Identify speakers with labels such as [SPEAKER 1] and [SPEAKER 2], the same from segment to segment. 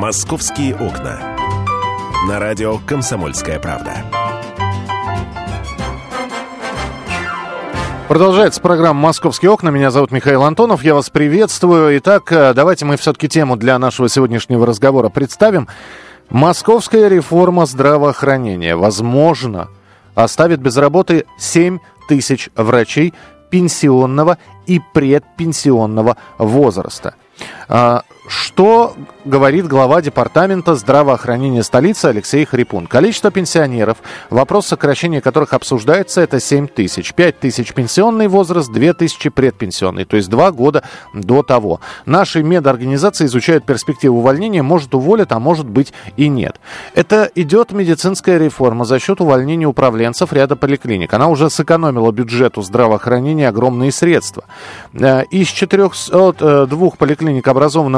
[SPEAKER 1] «Московские окна». На радио «Комсомольская правда».
[SPEAKER 2] Продолжается программа «Московские окна». Меня зовут Михаил Антонов. Я вас приветствую. Итак, давайте мы все-таки тему для нашего сегодняшнего разговора представим. Московская реформа здравоохранения, возможно, оставит без работы 7 тысяч врачей пенсионного и предпенсионного возраста. Что говорит глава департамента здравоохранения столицы Алексей Хрипун? Количество пенсионеров, вопрос сокращения которых обсуждается, это 7 тысяч. 5 тысяч пенсионный возраст, 2 тысячи предпенсионный, то есть 2 года до того. Наши медорганизации изучают перспективу увольнения, может уволят, а может быть и нет. Это идет медицинская реформа за счет увольнения управленцев ряда поликлиник. Она уже сэкономила бюджету здравоохранения огромные средства. Из 402 поликлиник образовано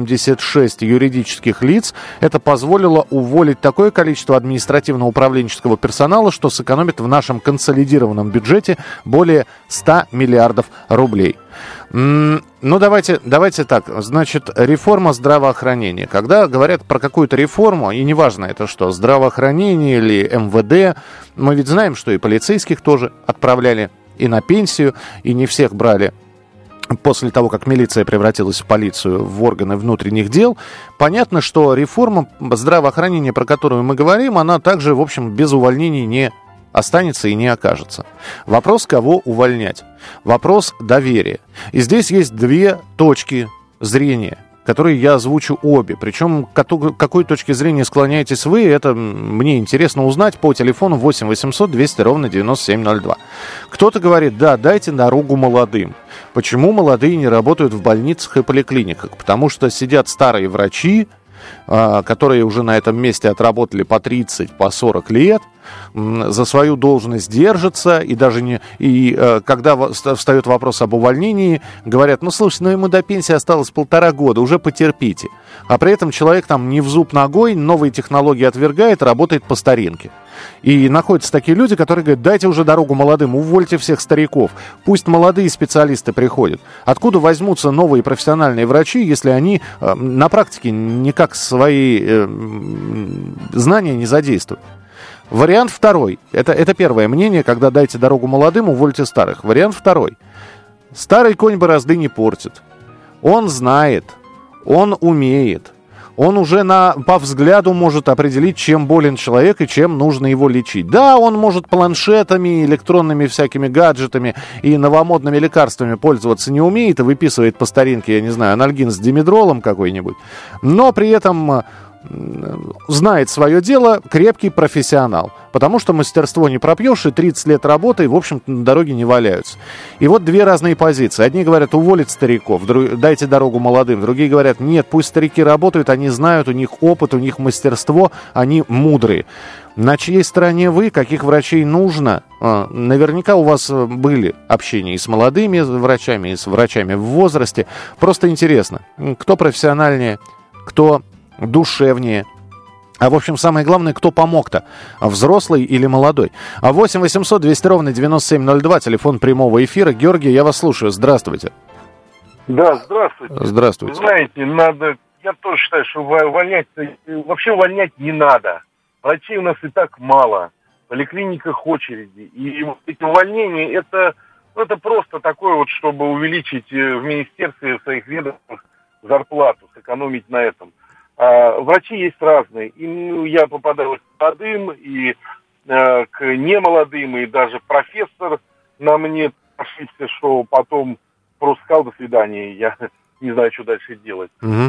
[SPEAKER 2] 86 юридических лиц. Это позволило уволить такое количество административно-управленческого персонала, что сэкономит в нашем консолидированном бюджете более 100 миллиардов рублей. Ну, давайте так. Значит, реформа здравоохранения. Когда говорят про какую-то реформу, и неважно это что, здравоохранение или МВД, мы ведь знаем, что и полицейских тоже отправляли и на пенсию, и не всех брали. После того, как милиция превратилась в полицию, в органы внутренних дел, понятно, что реформа здравоохранения, про которую мы говорим, она также, в общем, без увольнений не останется и не окажется. Вопрос, кого увольнять. Вопрос доверия. И здесь есть две точки зрения, которые я озвучу обе. Причем, к какой точке зрения склоняетесь вы, это мне интересно узнать по телефону 8 800 200 ровно 9702. Кто-то говорит, да, дайте дорогу молодым. Почему молодые не работают в больницах и поликлиниках? Потому что сидят старые врачи, которые уже на этом месте отработали по 30, по 40 лет, за свою должность держатся, и даже когда встает вопрос об увольнении, говорят, ну, слушай, ему до пенсии осталось 1,5 года, уже потерпите. А при этом человек там не в зуб ногой, новые технологии отвергает, работает по старинке. И находятся такие люди, которые говорят, дайте уже дорогу молодым, увольте всех стариков, пусть молодые специалисты приходят. Откуда возьмутся новые профессиональные врачи, если они на практике никак свои знания не задействуют? Вариант второй. Это первое мнение, когда дайте дорогу молодым, увольте старых. Вариант второй. Старый конь борозды не портит. Он знает, он умеет. Он уже по взгляду может определить, чем болен человек и чем нужно его лечить. Да, он может планшетами, электронными всякими гаджетами и новомодными лекарствами пользоваться не умеет и выписывает по старинке, я не знаю, анальгин с димедролом какой-нибудь. Но при этом знает свое дело, крепкий профессионал. Потому что мастерство не пропьешь, и 30 лет работы, в общем-то, на дороге не валяются. И вот две разные позиции. Одни говорят, уволить стариков, дайте дорогу молодым. Другие говорят, нет, пусть старики работают, они знают, у них опыт, у них мастерство, они мудрые. На чьей стороне вы, каких врачей нужно? Наверняка у вас были общения и с молодыми врачами, и с врачами в возрасте. Просто интересно, кто профессиональнее, кто душевнее. А в общем, самое главное, кто помог-то? Взрослый или молодой? 8 800 200 ровно 9702, телефон прямого эфира. Георгий, я вас слушаю. Здравствуйте.
[SPEAKER 3] Да, здравствуйте.
[SPEAKER 2] Здравствуйте.
[SPEAKER 3] Знаете, я тоже считаю, что вообще увольнять не надо. Врачей у нас и так мало. В поликлиниках очереди. И вот эти увольнения, это просто такое вот, чтобы увеличить в министерстве своих ведомствах зарплату, сэкономить на этом. Врачи есть разные. И я попадал к молодым, и к немолодым, и даже профессор на мне ошибся, что потом просто сказал до свидания, я не знаю, что дальше делать.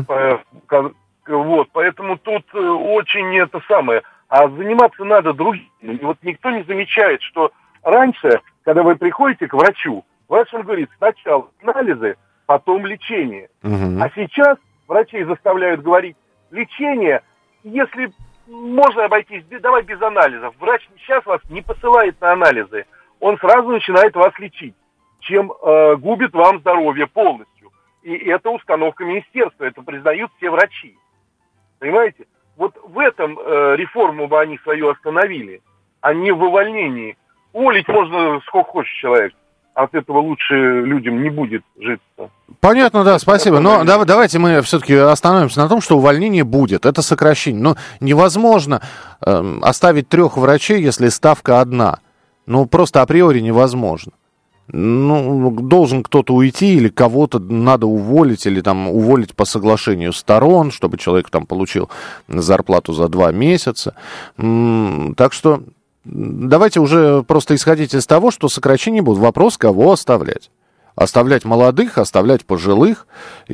[SPEAKER 3] Вот, поэтому тут очень это самое. А заниматься надо другим. Вот никто не замечает, что раньше, когда вы приходите к врачу, врач вам говорит, сначала анализы, потом лечение. А сейчас врачей заставляют говорить, лечение, если можно обойтись, давай без анализов. Врач сейчас вас не посылает на анализы. Он сразу начинает вас лечить, чем губит вам здоровье полностью. И это установка министерства, это признают все врачи. Понимаете? Вот в этом реформу бы они свою остановили, а не в увольнении. Уволить можно сколько хочешь человек. от этого лучше людям не будет житься.
[SPEAKER 2] Понятно, да, спасибо. Но давайте мы все-таки остановимся на том, что увольнение будет. Это сокращение. Но невозможно оставить 3 врачей, если ставка одна. Ну, просто априори невозможно. Ну, должен кто-то уйти, или кого-то надо уволить, или там уволить по соглашению сторон, чтобы человек там получил зарплату за 2 месяца. Так что давайте уже просто исходить из того, что сокращения будут. Вопрос, кого оставлять. Оставлять молодых, оставлять пожилых.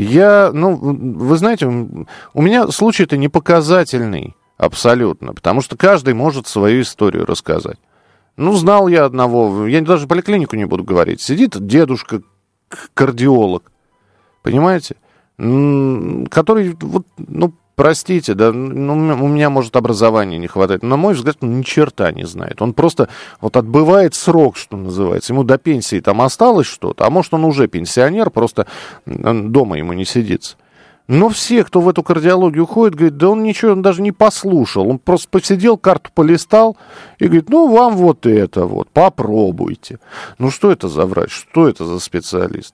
[SPEAKER 2] Вы знаете, у меня случай-то не показательный абсолютно, потому что каждый может свою историю рассказать. Ну, знал я одного, я даже поликлинику не буду говорить, сидит дедушка-кардиолог, понимаете, который, простите, да, у меня, может, образования не хватает, но, на мой взгляд, он ни черта не знает. Он просто отбывает срок, что называется. Ему до пенсии там осталось что-то, а может, он уже пенсионер, просто дома ему не сидится. Но все, кто в эту кардиологию ходит, говорит, да он ничего, он даже не послушал. Он просто посидел, карту полистал и говорит, вам вот это вот, попробуйте. Что это за врач, что это за специалист?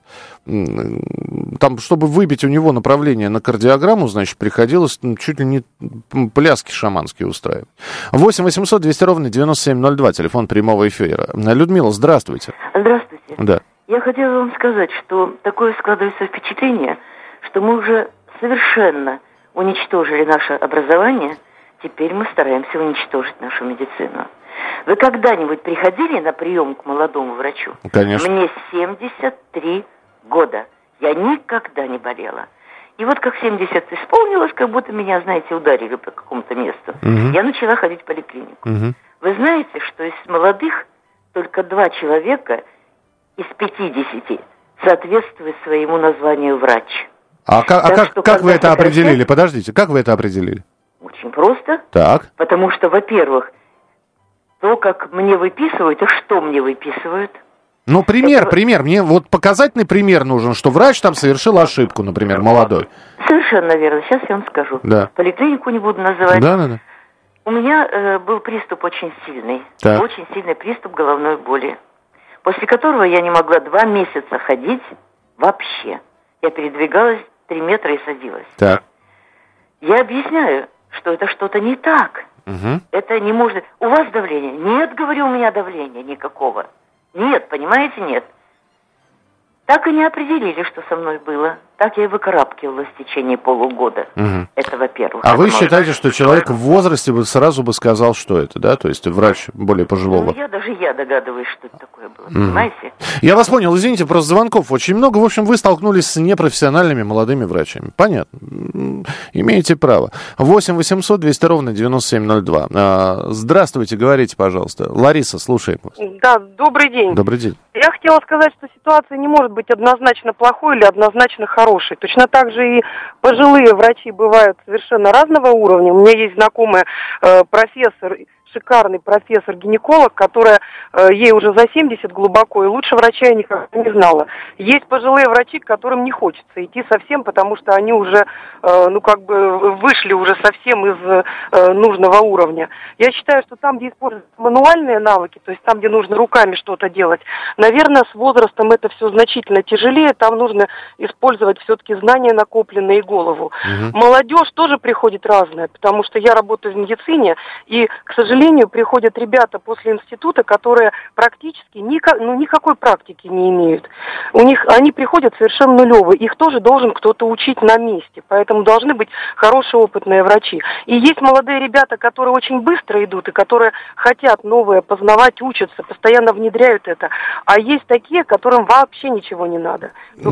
[SPEAKER 2] Там, чтобы выбить у него направление на кардиограмму, значит, приходилось чуть ли не пляски шаманские устраивать. 8 800 200 ровно 9702, телефон прямого эфира. Людмила, здравствуйте.
[SPEAKER 4] Здравствуйте.
[SPEAKER 2] Да.
[SPEAKER 4] Я хотела вам сказать, что такое складывается впечатление, что мы уже совершенно уничтожили наше образование, теперь мы стараемся уничтожить нашу медицину. Вы когда-нибудь приходили на прием к молодому врачу?
[SPEAKER 2] Конечно.
[SPEAKER 4] Мне 73 года. Я никогда не болела. И вот как 70 исполнилось, как будто меня, знаете, ударили по какому-то месту. Угу. Я начала ходить в поликлинику. Угу. Вы знаете, что из молодых только 2 человека из 50 соответствуют своему названию врач.
[SPEAKER 2] Как вы это определили? Подождите, как вы это определили?
[SPEAKER 4] Очень просто.
[SPEAKER 2] Так.
[SPEAKER 4] Потому что, во-первых, то, как мне выписывают, и что мне выписывают.
[SPEAKER 2] Пример. Мне показательный пример нужен, что врач там совершил ошибку, например, молодой.
[SPEAKER 4] Совершенно верно. Сейчас я вам скажу.
[SPEAKER 2] Да.
[SPEAKER 4] Поликлинику не буду называть.
[SPEAKER 2] Да.
[SPEAKER 4] У меня был приступ очень сильный.
[SPEAKER 2] Так.
[SPEAKER 4] Очень сильный приступ головной боли. После которого я не могла 2 месяца ходить вообще. Я передвигалась 3 метра и садилась.
[SPEAKER 2] Так.
[SPEAKER 4] Я объясняю, что это что-то не так.
[SPEAKER 2] Угу.
[SPEAKER 4] Это не может... У вас давление? Нет, говорю, у меня давления никакого. Нет, понимаете, нет. Так и не определили, что со мной было. Так я и выкарабкивалась в течение полугода. Угу. Это во-первых.
[SPEAKER 2] А вы считаете, что человек в возрасте сразу бы сказал, что это, да? То есть врач более пожилого?
[SPEAKER 4] Я догадываюсь, что это такое было, понимаете?
[SPEAKER 2] Я вас понял, извините, просто звонков очень много. В общем, вы столкнулись с непрофессиональными молодыми врачами. Понятно. Имеете право. 8 800 200 ровно 9702. Здравствуйте, говорите, пожалуйста. Лариса, слушаем вас.
[SPEAKER 5] Да, добрый день.
[SPEAKER 2] Добрый день.
[SPEAKER 5] Я хотела сказать, что ситуация не может быть однозначно плохой или однозначно хорошей. Точно так же и пожилые врачи бывают совершенно разного уровня. У меня есть знакомый профессор, шикарный профессор-гинеколог, которая ей уже за 70 глубоко, и лучше врача я никогда не знала. Есть пожилые врачи, к которым не хочется идти совсем, потому что они уже, вышли уже совсем из нужного уровня. Я считаю, что там, где используются мануальные навыки, то есть там, где нужно руками что-то делать, наверное, с возрастом это все значительно тяжелее, там нужно использовать все-таки знания, накопленные, и голову. Угу. Молодежь тоже приходит разная, потому что я работаю в медицине, и, к сожалению, приходят ребята после института, которые практически никакой практики не имеют. Они приходят совершенно нулевые. Их тоже должен кто-то учить на месте. Поэтому должны быть хорошие опытные врачи. И есть молодые ребята, которые очень быстро идут и которые хотят новое познавать, учатся, постоянно внедряют это. А есть такие, которым вообще ничего не надо.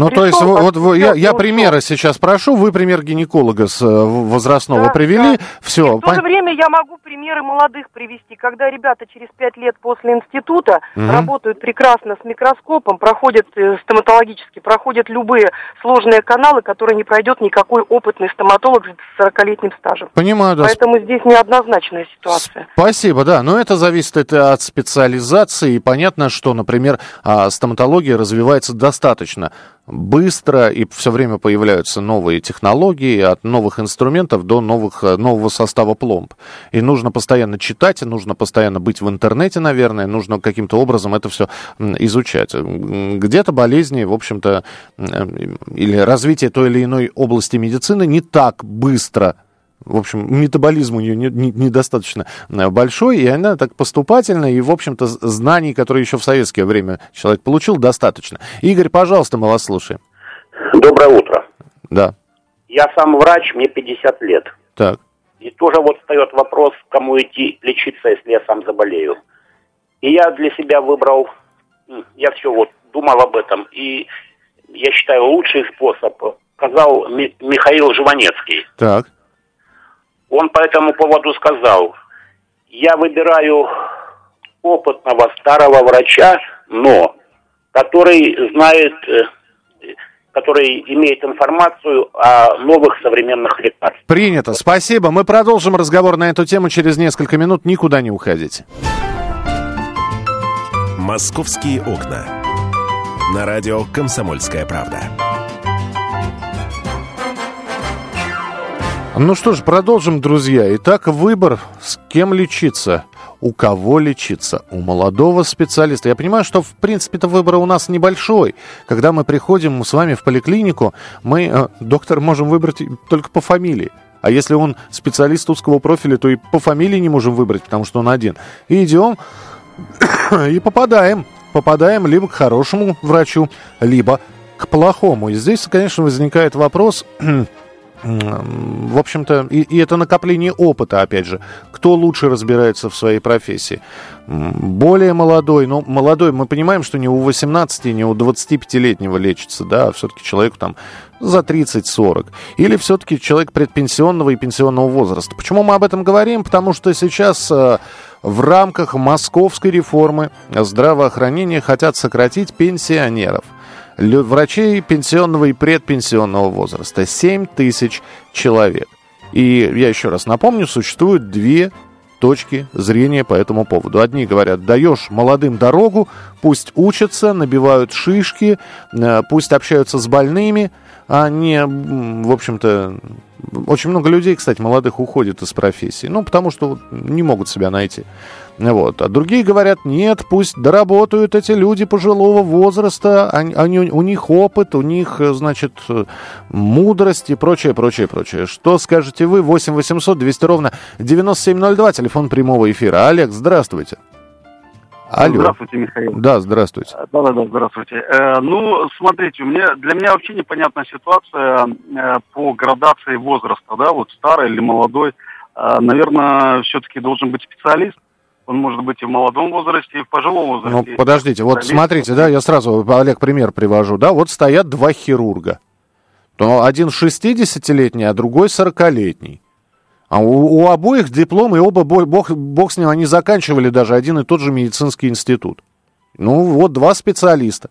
[SPEAKER 2] Я примеры сейчас прошу. Вы пример гинеколога возрастного привели.
[SPEAKER 5] Да.
[SPEAKER 2] Все.
[SPEAKER 5] И в то же время я могу примеры молодых привести, когда ребята через 5 лет после института работают прекрасно с микроскопом, проходят стоматологически, проходят любые сложные каналы, которые не пройдет никакой опытный стоматолог с 40-летним стажем.
[SPEAKER 2] Понимаю, да.
[SPEAKER 5] Поэтому здесь неоднозначная ситуация.
[SPEAKER 2] Спасибо, да. Но это зависит от специализации. И понятно, что, например, стоматология развивается достаточно быстро, и все время появляются новые технологии, от новых инструментов до нового состава пломб. И нужно постоянно читать, нужно постоянно быть в интернете, наверное, нужно каким-то образом это все изучать. Где-то болезни, в общем-то, или развитие той или иной области медицины не так быстро. В общем, метаболизм у нее недостаточно большой, и она так поступательна, и, в общем-то, знаний, которые еще в советское время человек получил, достаточно. Игорь, пожалуйста, мы вас слушаем.
[SPEAKER 6] Доброе утро.
[SPEAKER 2] Да.
[SPEAKER 6] Я сам врач, мне 50 лет.
[SPEAKER 2] Так.
[SPEAKER 6] И тоже вот встает вопрос, кому идти лечиться, если я сам заболею. И я для себя выбрал, я все вот думал об этом, и я считаю, лучший способ сказал Михаил Жванецкий.
[SPEAKER 2] Так.
[SPEAKER 6] Он по этому поводу сказал: я выбираю опытного старого врача, но который знает, который имеет информацию о новых современных лекарствах.
[SPEAKER 2] Принято. Спасибо. Мы продолжим разговор на эту тему через несколько минут. Никуда не уходите.
[SPEAKER 1] «Московские окна». На радио «Комсомольская правда».
[SPEAKER 2] Ну что ж, продолжим, друзья. Итак, выбор, с кем лечиться, у кого лечиться, у молодого специалиста. Я понимаю, что, в принципе-то, выбор у нас небольшой. Когда мы приходим с вами в поликлинику, мы доктора можем выбрать только по фамилии. А если он специалист узкого профиля, то и по фамилии не можем выбрать, потому что он один. И идем и попадаем. Попадаем либо к хорошему врачу, либо к плохому. И здесь, конечно, возникает вопрос... В общем-то, и это накопление опыта, опять же. Кто лучше разбирается в своей профессии? Более молодой, но молодой, мы понимаем, что не у 18, не у 25-летнего лечится, да, а все-таки человеку там за 30-40. Или все-таки человек предпенсионного и пенсионного возраста. Почему мы об этом говорим? Потому что сейчас в рамках московской реформы здравоохранения хотят сократить пенсионеров. Врачей пенсионного и предпенсионного возраста. 7 тысяч человек. И я еще раз напомню, существует две точки зрения по этому поводу. Одни говорят, даешь молодым дорогу, пусть учатся, набивают шишки, пусть общаются с больными, а не, в общем-то, очень много людей, кстати, молодых уходит из профессии, ну, потому что не могут себя найти. Вот. А другие говорят, нет, пусть доработают эти люди пожилого возраста, у них опыт, у них, значит, мудрость и прочее, прочее, прочее. Что скажете вы? 8 800 200 ровно 9702, телефон прямого эфира. Олег, здравствуйте. Алло.
[SPEAKER 7] Здравствуйте, Михаил.
[SPEAKER 2] Да, здравствуйте.
[SPEAKER 7] Да, здравствуйте. Ну, смотрите, для меня вообще непонятная ситуация по градации возраста, да, вот старый или молодой. Наверное, все-таки должен быть специалист. Он может быть и в молодом возрасте, и в пожилом возрасте.
[SPEAKER 2] Ну, подождите, вот смотрите, да, я сразу, Олег, пример привожу, да, вот стоят два хирурга. То один 60-летний, а другой 40-летний. А у обоих диплом, и оба, бог с ним, они заканчивали даже один и тот же медицинский институт. Ну, вот два специалиста.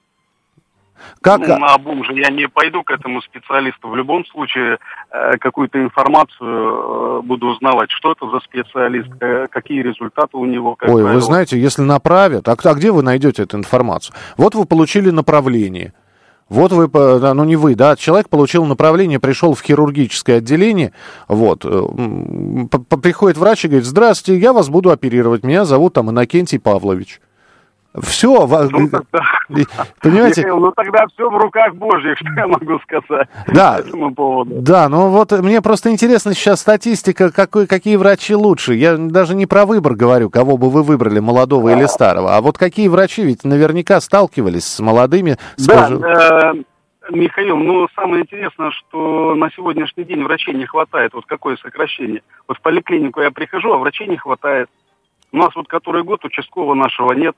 [SPEAKER 7] Как... Ну, на обум же я не пойду к этому специалисту. В любом случае, какую-то информацию буду узнавать, что это за специалист, какие результаты у него.
[SPEAKER 2] Ой, вы знаете, если направят, а где вы найдете эту информацию? Вот вы получили направление. Вот вы, ну не вы, да, человек получил направление, пришел в хирургическое отделение, вот, приходит врач и говорит, здравствуйте, я вас буду оперировать, меня зовут там Иннокентий Павлович. Все, понимаете?
[SPEAKER 7] Михаил, ну тогда все в руках Божьих, что я могу сказать
[SPEAKER 2] да,
[SPEAKER 7] по этому поводу.
[SPEAKER 2] Да, ну вот мне просто интересно сейчас статистика, какие врачи лучше. Я даже не про выбор говорю, кого бы вы выбрали, молодого или старого, а вот какие врачи, ведь наверняка сталкивались с молодыми.
[SPEAKER 7] Михаил, ну самое интересное, что на сегодняшний день врачей не хватает. Вот какое сокращение. Вот в поликлинику я прихожу, а врачей не хватает. У нас вот который год участкового нашего нет,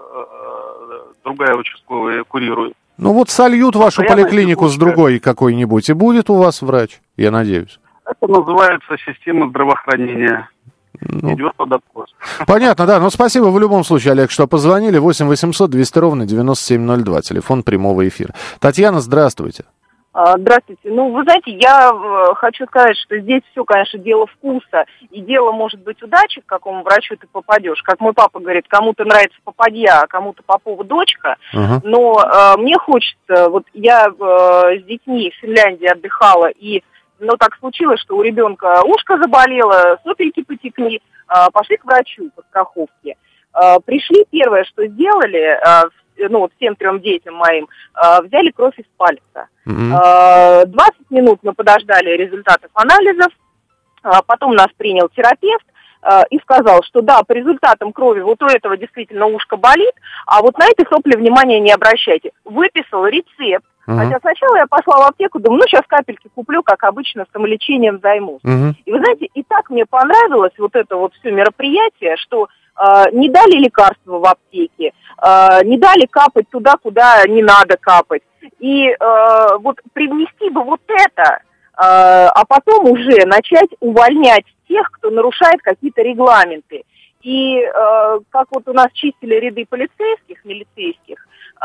[SPEAKER 7] другая участковая курирует.
[SPEAKER 2] Ну вот сольют вашу поликлинику с другой какой-нибудь, и будет у вас врач, я надеюсь.
[SPEAKER 7] Это называется система здравоохранения.
[SPEAKER 2] Ну,
[SPEAKER 7] идет под откос.
[SPEAKER 2] Понятно, да. Ну, спасибо в любом случае, Олег, что позвонили. 8 800 200 ровно 9702, телефон прямого эфира. Татьяна, здравствуйте.
[SPEAKER 5] Здравствуйте. Ну, вы знаете, я хочу сказать, что здесь все, конечно, дело вкуса, и дело может быть удачи, к какому врачу ты попадешь. Как мой папа говорит, кому-то нравится попадья, а кому-то Попова дочка. Но мне хочется, вот я с детьми в Финляндии отдыхала, и так случилось, что у ребенка ушко заболело, сопельки потекли, пошли к врачу по страховке. Пришли, первое, что сделали, всем 3 детям моим, взяли кровь из пальца. 20 минут мы подождали результатов анализов, потом нас принял терапевт и сказал, что да, по результатам крови вот у этого действительно ушко болит, а вот на эти сопли внимания не обращайте. Выписал рецепт. Хотя сначала я пошла в аптеку, думаю, сейчас капельки куплю, как обычно, самолечением займусь. И вы знаете, и так мне понравилось вот это вот все мероприятие, что не дали лекарства в аптеке, не дали капать туда, куда не надо капать. И вот привнести бы вот это, а потом уже начать увольнять тех, кто нарушает какие-то регламенты. И как вот у нас чистили ряды полицейских, милицейских,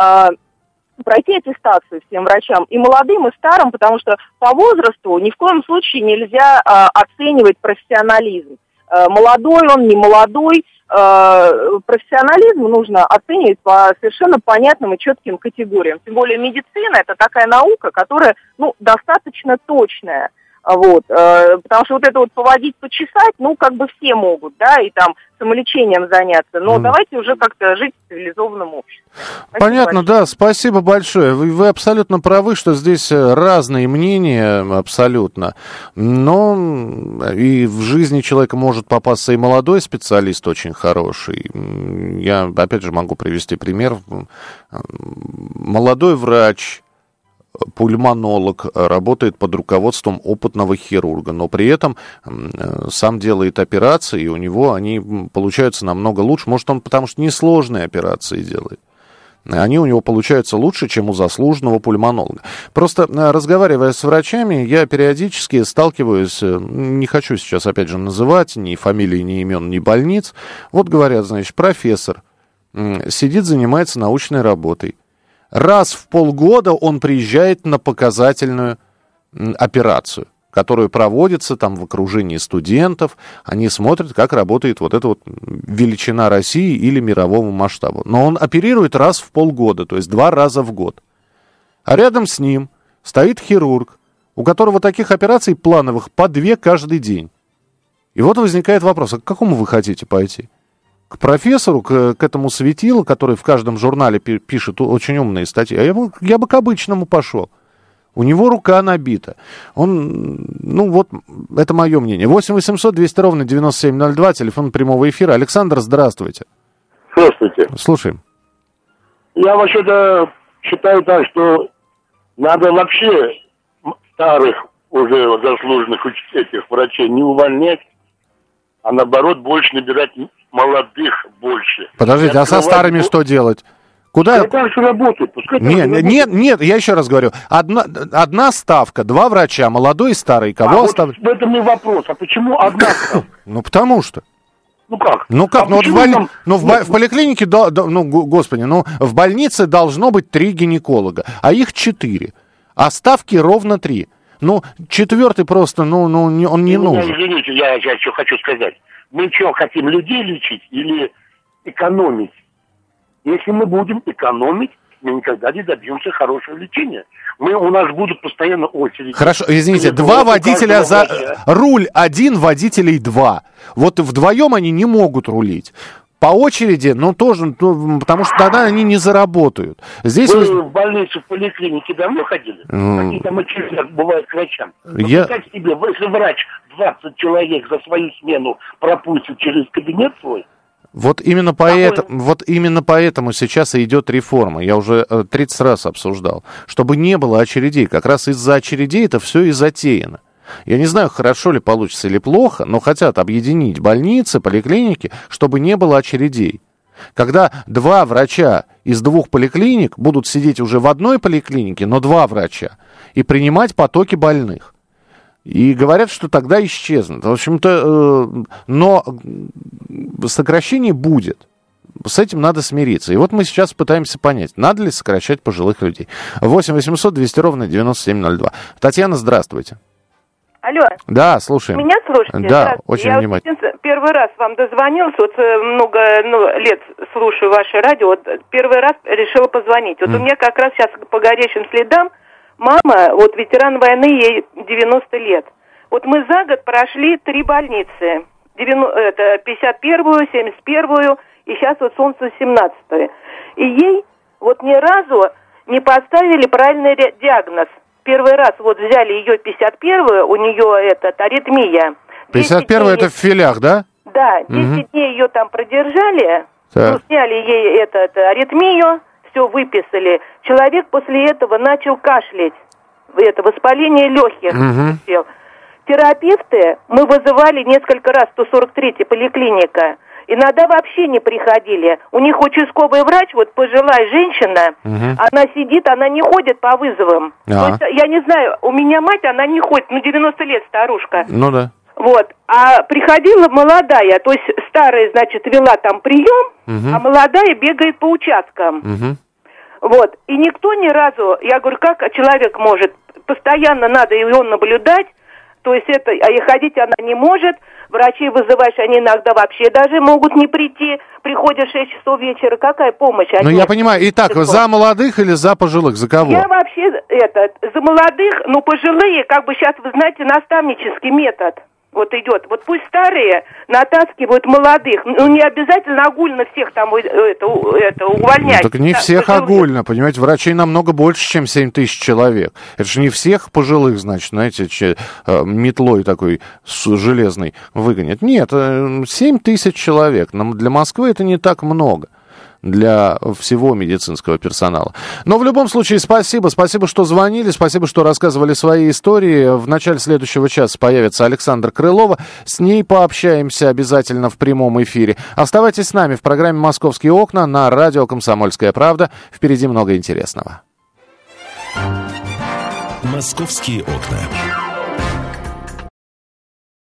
[SPEAKER 5] пройти аттестацию всем врачам, и молодым, и старым, потому что по возрасту ни в коем случае нельзя оценивать профессионализм. Молодой он, не молодой. Профессионализм нужно оценивать по совершенно понятным и четким категориям. Тем более медицина – это такая наука, которая, достаточно точная. Вот, потому что вот это вот поводить, почесать, как бы все могут, да, и там самолечением заняться, но давайте уже как-то жить в цивилизованном обществе.
[SPEAKER 2] Понятно, да, спасибо большое. Вы абсолютно правы, что здесь разные мнения, абсолютно, но и в жизни человека может попасться и молодой специалист очень хороший. Я, опять же, могу привести пример. Молодой врач, пульмонолог, работает под руководством опытного хирурга, но при этом сам делает операции, и у него они получаются намного лучше. Может, он потому что несложные операции делает. Они у него получаются лучше, чем у заслуженного пульмонолога. Просто разговаривая с врачами, я периодически сталкиваюсь, не хочу сейчас, опять же, называть ни фамилий, ни имен, ни больниц. Вот говорят, значит, профессор сидит, занимается научной работой. Раз в полгода он приезжает на показательную операцию, которую проводится там в окружении студентов. Они смотрят, как работает вот эта вот величина России или мирового масштаба. Но он оперирует раз в полгода, то есть 2 раза в год. А рядом с ним стоит хирург, у которого таких операций плановых по 2 каждый день. И вот возникает вопрос, а к какому вы хотите пойти? К профессору, к этому светилу, который в каждом журнале пишет очень умные статьи. А я бы к обычному пошел. У него рука набита. Вот, это мое мнение. 8 800 200 ровно 9702, телефон прямого эфира. Александр, здравствуйте.
[SPEAKER 8] Здравствуйте.
[SPEAKER 2] Слушаем.
[SPEAKER 8] Я вообще-то считаю так, что надо вообще старых, уже заслуженных этих врачей не увольнять, а наоборот больше набирать молодых больше.
[SPEAKER 2] Подождите, а со старыми что делать? Куда?
[SPEAKER 8] Пускай так же работают.
[SPEAKER 2] Нет, я еще раз говорю. Одна ставка, 2 врача, молодой и старый. Кого оставить?
[SPEAKER 8] Вот в этом и вопрос. А почему одна ставка?
[SPEAKER 2] Потому что.
[SPEAKER 8] Как?
[SPEAKER 2] В поликлинике, господи, в больнице должно быть 3 гинеколога, а их 4. А ставки ровно 3. 4-й просто, он не нужен.
[SPEAKER 8] Извините, я что хочу сказать. Мы что, хотим людей лечить или экономить? Если мы будем экономить, мы никогда не добьемся хорошего лечения. У нас будут постоянно очереди.
[SPEAKER 2] Хорошо, извините, 2 водителя за руль, 1, водителей 2. Вот вдвоем они не могут рулить. По очереди, тоже, потому что тогда они не заработают. Здесь
[SPEAKER 8] вы в больницу, в поликлинике давно ходили? Какие там очереди бывают к врачам? Представь себе, если врач 20 человек за свою смену пропустит через кабинет свой.
[SPEAKER 2] Вот именно поэтому сейчас и идет реформа. Я уже 30 раз обсуждал. Чтобы не было очередей. Как раз из-за очередей это все и затеяно. Я не знаю, хорошо ли получится или плохо, но хотят объединить больницы, поликлиники, чтобы не было очередей. Когда 2 врача из 2 поликлиник будут сидеть уже в одной поликлинике, но 2 врача, и принимать потоки больных. И говорят, что тогда исчезнут. В общем-то, но сокращение будет. с этим надо смириться. И вот мы сейчас пытаемся понять, надо ли сокращать пожилых людей. 8 800 200 ровно 9702. Татьяна, здравствуйте.
[SPEAKER 9] Алло.
[SPEAKER 2] Да, слушаем.
[SPEAKER 9] Меня слушаете?
[SPEAKER 2] Да, очень внимательно.
[SPEAKER 9] Я первый раз вам дозвонилась, вот много лет слушаю ваше радио, вот первый раз решила позвонить. Вот у меня как раз сейчас по горячим следам мама, вот ветеран войны, ей 90 лет. Вот мы за год прошли 3 больницы. 51-ю, 71-ю и сейчас вот Солнце 17-ю. И ей вот ни разу не поставили правильный диагноз. Первый раз вот взяли ее 51-ю, у нее аритмия.
[SPEAKER 2] 51-я это в Филях, да?
[SPEAKER 9] Да, 10 дней ее там продержали, сняли ей аритмию, все выписали. Человек после этого начал кашлять, воспаление легких. Терапевты мы вызывали несколько раз, 143-я поликлиника. Иногда вообще не приходили. У них участковый врач, вот пожилая женщина, она сидит, она не ходит по вызовам. То есть, я не знаю, у меня мать, она не ходит, 90 лет старушка.
[SPEAKER 2] Ну да.
[SPEAKER 9] Вот, а приходила молодая, то есть старая, значит, вела там прием, а молодая бегает по участкам. Вот, и никто ни разу, я говорю, как человек может, постоянно надо его наблюдать, то есть ходить она не может, врачей вызываешь, они иногда вообще даже могут не прийти, приходят в 6 часов вечера, какая помощь?
[SPEAKER 2] Ну, я понимаю, итак, за молодых или за пожилых, за кого?
[SPEAKER 9] Я вообще, за молодых, пожилые, как бы сейчас, вы знаете, наставнический метод. Вот идет. Вот пусть старые натаскивают молодых. Не обязательно огульно всех там увольнять.
[SPEAKER 2] Так не всех огульно, понимаете, врачей намного больше, чем 7 тысяч человек. Это же не всех пожилых, значит, знаете, метлой такой железной выгонят. Нет, 7 тысяч человек. Для Москвы это не так много. Для всего медицинского персонала. Но в любом случае спасибо, что звонили, спасибо, что рассказывали свои истории. В начале следующего часа появится Александра Крылова. С ней пообщаемся обязательно в прямом эфире. Оставайтесь с нами в программе «Московские окна» на радио «Комсомольская правда». Впереди много интересного.
[SPEAKER 1] «Московские окна».